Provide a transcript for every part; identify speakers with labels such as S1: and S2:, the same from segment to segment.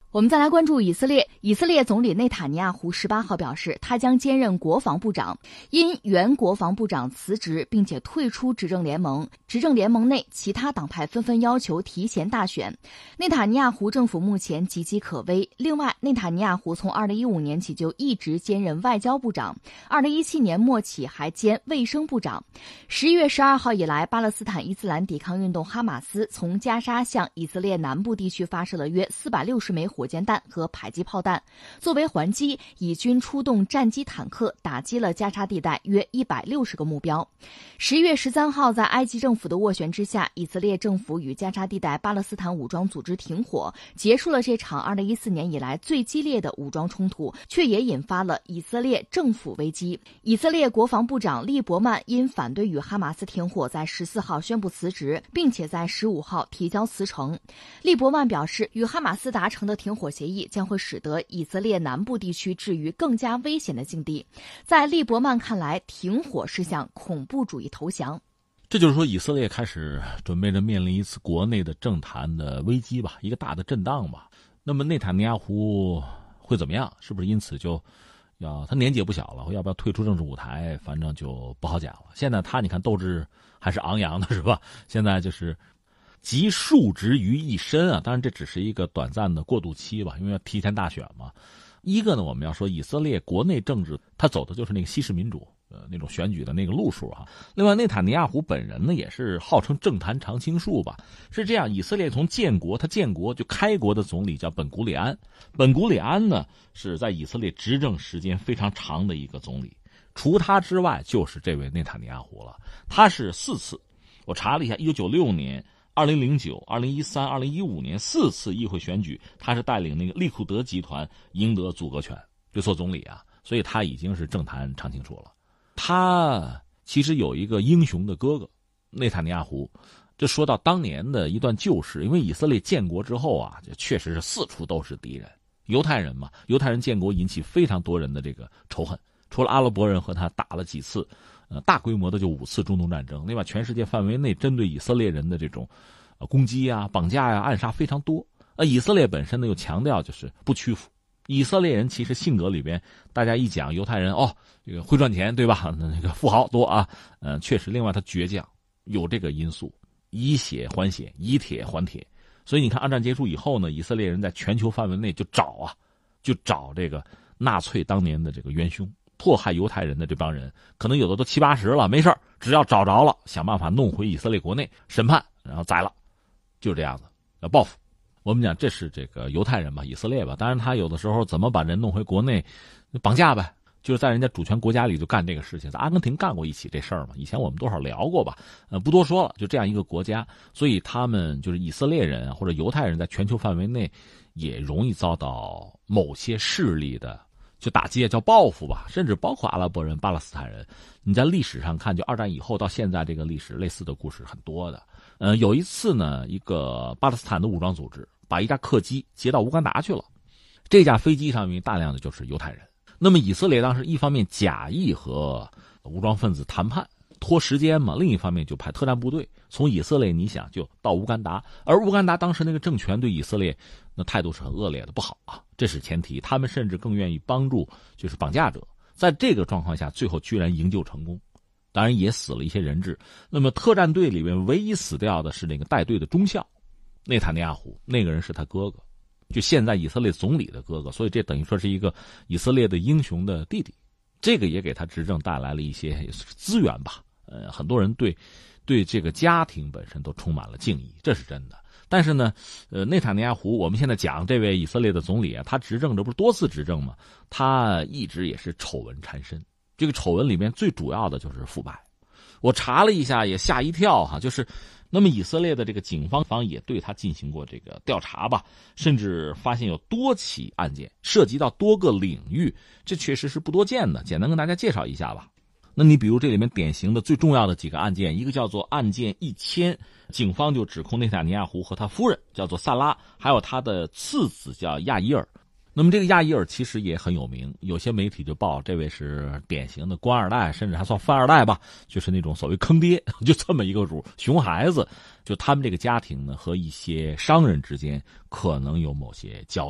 S1: 我们再来关注以色列。以色列总理内塔尼亚胡18号表示，他将兼任国防部长，因原国防部长辞职并且退出执政联盟。执政联盟内其他党派纷纷要求提前大选。内塔尼亚胡政府目前岌岌可危。另外，内塔尼亚胡从2015年起就一直兼任外交部长，2017年末起还兼卫生部长。11月12号以来，巴勒斯坦伊斯兰抵抗运动哈马斯从加沙向以色列南部地区发射了约460枚火箭弹和迫击炮弹。作为还击，以军出动战机坦克打击了加沙地带约160个目标。11月13号，在埃及政府的斡旋之下，以色列政府与加沙地带巴勒斯坦武装组织停火，结束了这场2014年以来最激烈的武装冲突，却也引发了以色列政府危机。以色列国防部长利伯曼因反对与哈马斯停火，在14号宣布辞职，并且在15号提交辞呈。利伯曼表示，与哈马斯达成的停火协议将会使得以色列南部地区置于更加危险的境地。在利伯曼看来，停火是向恐怖主义投降。
S2: 这就是说，以色列开始准备着面临一次国内的政坛的危机吧，一个大的震荡吧。那么内塔尼亚胡会怎么样？是不是因此就他年纪也不小了，要不要退出政治舞台？反正就不好讲了。现在他你看斗志还是昂扬的，是吧？现在就是集数职于一身啊，当然这只是一个短暂的过渡期吧，因为要提前大选嘛。一个呢，我们要说以色列国内政治，他走的就是那个西式民主，那种选举的那个路数哈。另外，内塔尼亚胡本人呢，也是号称政坛常青树吧。是这样，以色列从建国，他建国就开国的总理叫本古里安。本古里安呢，是在以色列执政时间非常长的一个总理。除他之外，就是这位内塔尼亚胡了。他是4次，我查了一下，1996年。2009、2013、2015年4次议会选举，他是带领那个利库德集团赢得组阁权，就做总理啊，所以他已经是政坛常青树了。他其实有一个英雄的哥哥，内塔尼亚胡。这说到当年的一段旧事，因为以色列建国之后啊，就确实是四处都是敌人，犹太人嘛，犹太人建国引起非常多人的这个仇恨，除了阿拉伯人和他打了几次。大规模的就5次中东战争，另外全世界范围内针对以色列人的这种攻击啊、绑架啊、暗杀非常多。以色列本身呢又强调就是不屈服。以色列人其实性格里边，大家一讲犹太人这个会赚钱，对吧？那个富豪多啊，确实。另外他倔强，有这个因素，以血还血，以铁还铁。所以你看，二战结束以后呢，以色列人在全球范围内就找这个纳粹当年的这个元凶。迫害犹太人的这帮人，可能有的都70、80了，没事只要找着了，想办法弄回以色列国内审判，然后宰了，就这样子，要报复。我们讲这是这个犹太人吧，以色列吧，当然他有的时候怎么把人弄回国内，绑架呗，就是在人家主权国家里就干这个事情。在阿根廷干过一起这事儿嘛，以前我们多少聊过吧，不多说了。就这样一个国家，所以他们就是以色列人或者犹太人，在全球范围内也容易遭到某些势力的。就打击叫报复吧，甚至包括阿拉伯人、巴勒斯坦人。你在历史上看，就二战以后到现在这个历史类似的故事很多的。有一次呢，一个巴勒斯坦的武装组织把一架客机劫到乌干达去了，这架飞机上面大量的就是犹太人。那么以色列当时一方面假意和武装分子谈判，拖时间嘛，另一方面就派特战部队从以色列，你想就到乌干达，而乌干达当时那个政权对以色列那态度是很恶劣的，不好啊，这是前提。他们甚至更愿意帮助就是绑架者，在这个状况下，最后居然营救成功，当然也死了一些人质。那么特战队里面唯一死掉的是那个带队的中校内塔尼亚胡，那个人是他哥哥，就现在以色列总理的哥哥，所以这等于说是一个以色列的英雄的弟弟。这个也给他执政带来了一些资源吧。很多人对这个家庭本身都充满了敬意，这是真的。但是呢，内塔尼亚胡，我们现在讲这位以色列的总理啊，他执政这不是多次执政吗？他一直也是丑闻缠身。这个丑闻里面最主要的就是腐败。我查了一下，也吓一跳哈，就是那么以色列的这个警方也对他进行过这个调查吧，甚至发现有多起案件涉及到多个领域，这确实是不多见的。简单跟大家介绍一下吧。那你比如这里面典型的最重要的几个案件，一个叫做案件1000，警方就指控内塔尼亚胡和他夫人叫做萨拉，还有他的次子叫亚伊尔。那么这个亚伊尔其实也很有名，有些媒体就报这位是典型的官二代，甚至还算富二代吧，就是那种所谓坑爹，就这么一个主熊孩子。就他们这个家庭呢和一些商人之间可能有某些交易，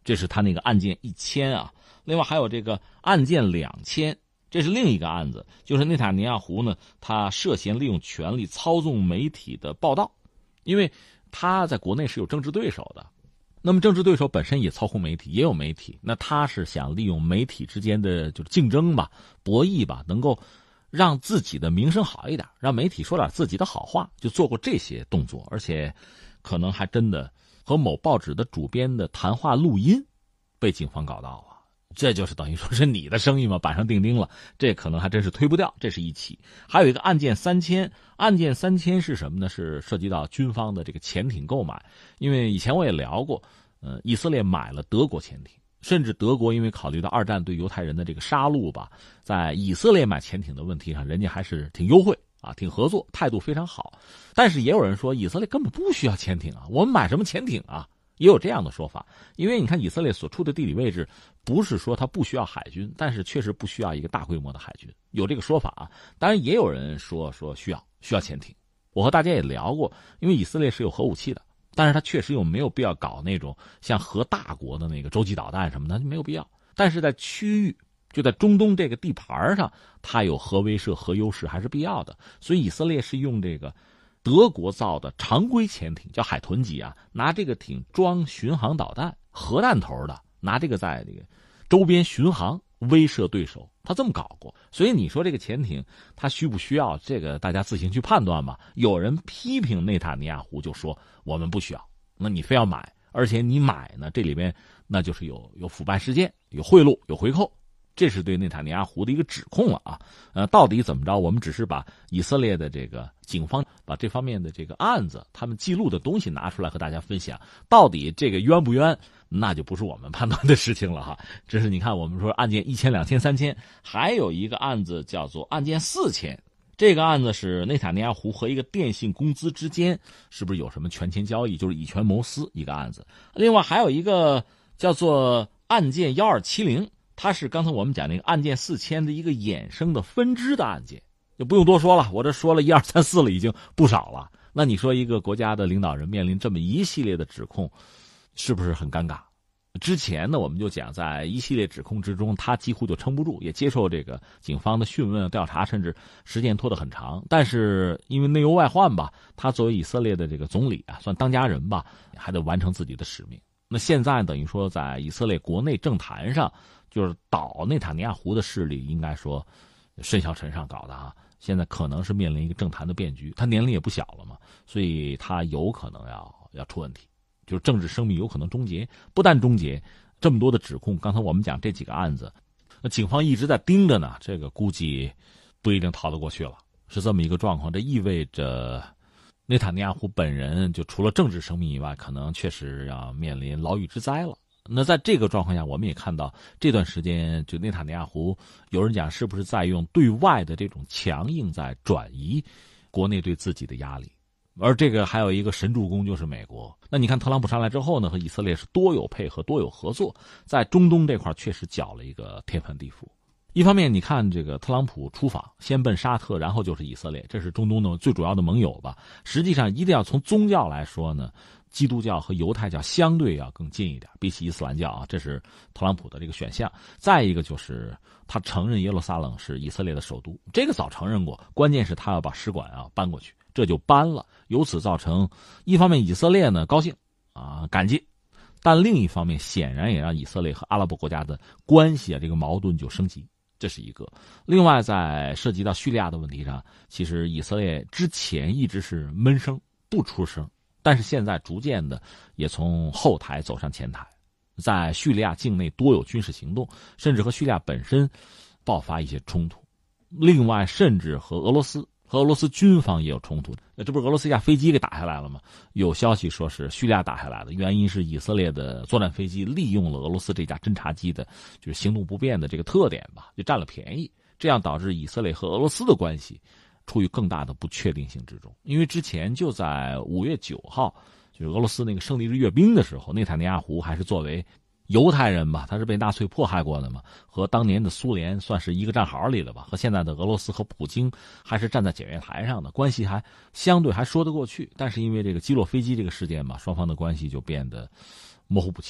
S2: 这是他那个案件1000啊。另外还有这个案件2000，这是另一个案子，就是内塔尼亚胡呢，他涉嫌利用权力操纵媒体的报道，因为他在国内是有政治对手的。那么政治对手本身也操控媒体，也有媒体，那他是想利用媒体之间的就是竞争吧、博弈吧，能够让自己的名声好一点，让媒体说点自己的好话，就做过这些动作，而且可能还真的和某报纸的主编的谈话录音被警方搞到了。这就是等于说是你的生意嘛，板上钉钉了，这可能还真是推不掉。这是一起。还有一个案件3000，案件3000是什么呢？是涉及到军方的这个潜艇购买。因为以前我也聊过，以色列买了德国潜艇，甚至德国因为考虑到二战对犹太人的这个杀戮吧，在以色列买潜艇的问题上，人家还是挺优惠啊，挺合作，态度非常好。但是也有人说，以色列根本不需要潜艇啊，我们买什么潜艇啊？也有这样的说法，因为你看以色列所处的地理位置，不是说它不需要海军，但是确实不需要一个大规模的海军，有这个说法啊。当然也有人说需要潜艇。我和大家也聊过，因为以色列是有核武器的，但是它确实又没有必要搞那种像核大国的那个洲际导弹什么的，没有必要。但是在区域，就在中东这个地盘上，它有核威慑、核优势还是必要的。所以以色列是用这个德国造的常规潜艇，叫海豚级啊，拿这个艇装巡航导弹，核弹头的，拿这个在这个周边巡航威慑对手，他这么搞过。所以你说这个潜艇他需不需要，这个大家自行去判断吧。有人批评内塔尼亚胡就说我们不需要，那你非要买，而且你买呢，这里边那就是有腐败事件，有贿赂，有回扣。这是对内塔尼亚胡的一个指控了啊，到底怎么着？我们只是把以色列的这个警方把这方面的这个案子，他们记录的东西拿出来和大家分享，到底这个冤不冤，那就不是我们判断的事情了哈。这是你看我们说案件1000、2000、3000，还有一个案子叫做案件4000，这个案子是内塔尼亚胡和一个电信公司之间是不是有什么权钱交易，就是以权谋私一个案子。另外还有一个叫做案件1270。它是刚才我们讲那个案件4000的一个衍生的分支的案件，就不用多说了，我这说了1、2、3、4了，已经不少了。那你说一个国家的领导人面临这么一系列的指控，是不是很尴尬？之前呢，我们就讲在一系列指控之中，他几乎就撑不住，也接受这个警方的讯问调查，甚至时间拖得很长。但是因为内忧外患吧，他作为以色列的这个总理啊，算当家人吧，还得完成自己的使命。那现在等于说在以色列国内政坛上，就是倒内塔尼亚胡的势力，应该说甚嚣尘上搞的啊。现在可能是面临一个政坛的变局，他年龄也不小了嘛，所以他有可能要出问题，就是政治生命有可能终结。不但终结，这么多的指控，刚才我们讲这几个案子，那警方一直在盯着呢，这个估计不一定逃得过去了，是这么一个状况。这意味着内塔尼亚胡本人就除了政治生命以外，可能确实要面临牢狱之灾了。那在这个状况下，我们也看到这段时间，就内塔尼亚胡，有人讲是不是在用对外的这种强硬在转移国内对自己的压力，而这个还有一个神助攻就是美国。那你看特朗普上来之后呢，和以色列是多有配合，多有合作，在中东这块确实搅了一个天翻地覆。一方面你看这个特朗普出访，先奔沙特，然后就是以色列，这是中东的最主要的盟友吧。实际上一定要从宗教来说呢，基督教和犹太教相对要更近一点，比起伊斯兰教啊，这是特朗普的这个选项。再一个就是他承认耶路撒冷是以色列的首都，这个早承认过，关键是他要把使馆搬过去，这就搬了，由此造成一方面以色列呢高兴啊感激，但另一方面显然也让以色列和阿拉伯国家的关系这个矛盾就升级。这是一个。另外在涉及到叙利亚的问题上，其实以色列之前一直是闷声不出声，但是现在逐渐的也从后台走上前台，在叙利亚境内多有军事行动，甚至和叙利亚本身爆发一些冲突。另外甚至和俄罗斯军方也有冲突，这不是俄罗斯一架飞机给打下来了吗？有消息说是叙利亚打下来的，原因是以色列的作战飞机利用了俄罗斯这架侦察机的就是行动不便的这个特点吧，就占了便宜，这样导致以色列和俄罗斯的关系处于更大的不确定性之中。因为之前就在5月9号，就是俄罗斯那个胜利日阅兵的时候，内塔尼亚胡还是作为犹太人吧，他是被纳粹迫害过的嘛，和当年的苏联算是一个战壕里了吧，和现在的俄罗斯和普京还是站在检阅台上的，关系还相对还说得过去。但是因为这个击落飞机这个事件嘛，双方的关系就变得模糊不清了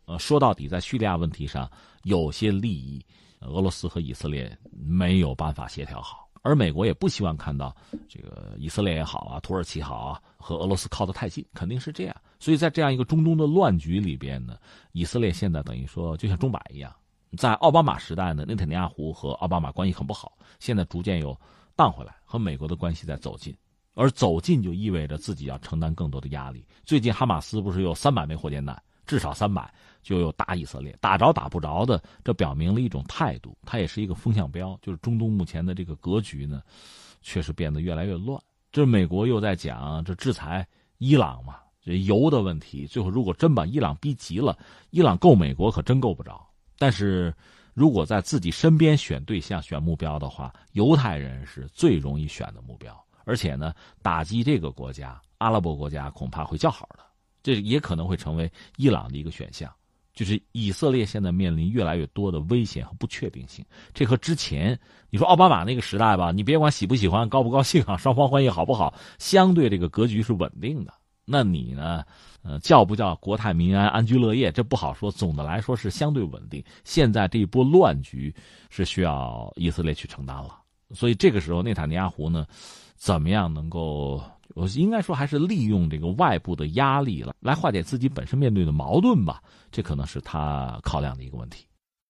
S2: 说到底，在叙利亚问题上，有些利益，俄罗斯和以色列没有办法协调好，而美国也不希望看到这个以色列也好啊，土耳其好啊，和俄罗斯靠得太近，肯定是这样。所以在这样一个中东的乱局里边呢，以色列现在等于说就像钟摆一样。在奥巴马时代呢，内塔尼亚胡和奥巴马关系很不好，现在逐渐又荡回来，和美国的关系在走近。而走近就意味着自己要承担更多的压力。最近哈马斯不是有300枚火箭弹，至少300，就有打以色列，打着打不着的，这表明了一种态度，它也是一个风向标，就是中东目前的这个格局呢，确实变得越来越乱。这美国又在讲这制裁伊朗嘛，这油的问题，最后如果真把伊朗逼急了，伊朗够美国可真够不着。但是如果在自己身边选对象、选目标的话，犹太人是最容易选的目标。而且呢，打击这个国家，阿拉伯国家恐怕会较好的，这也可能会成为伊朗的一个选项。就是以色列现在面临越来越多的危险和不确定性，这和之前你说奥巴马那个时代吧，你别管喜不喜欢、高不高兴啊，双方关系好不好，相对这个格局是稳定的。那你呢，叫不叫国泰民安、安居乐业，这不好说。总的来说是相对稳定。现在这一波乱局是需要以色列去承担了，所以这个时候内塔尼亚胡呢，怎么样能够，我应该说还是利用这个外部的压力来化解自己本身面对的矛盾吧，这可能是他考量的一个问题。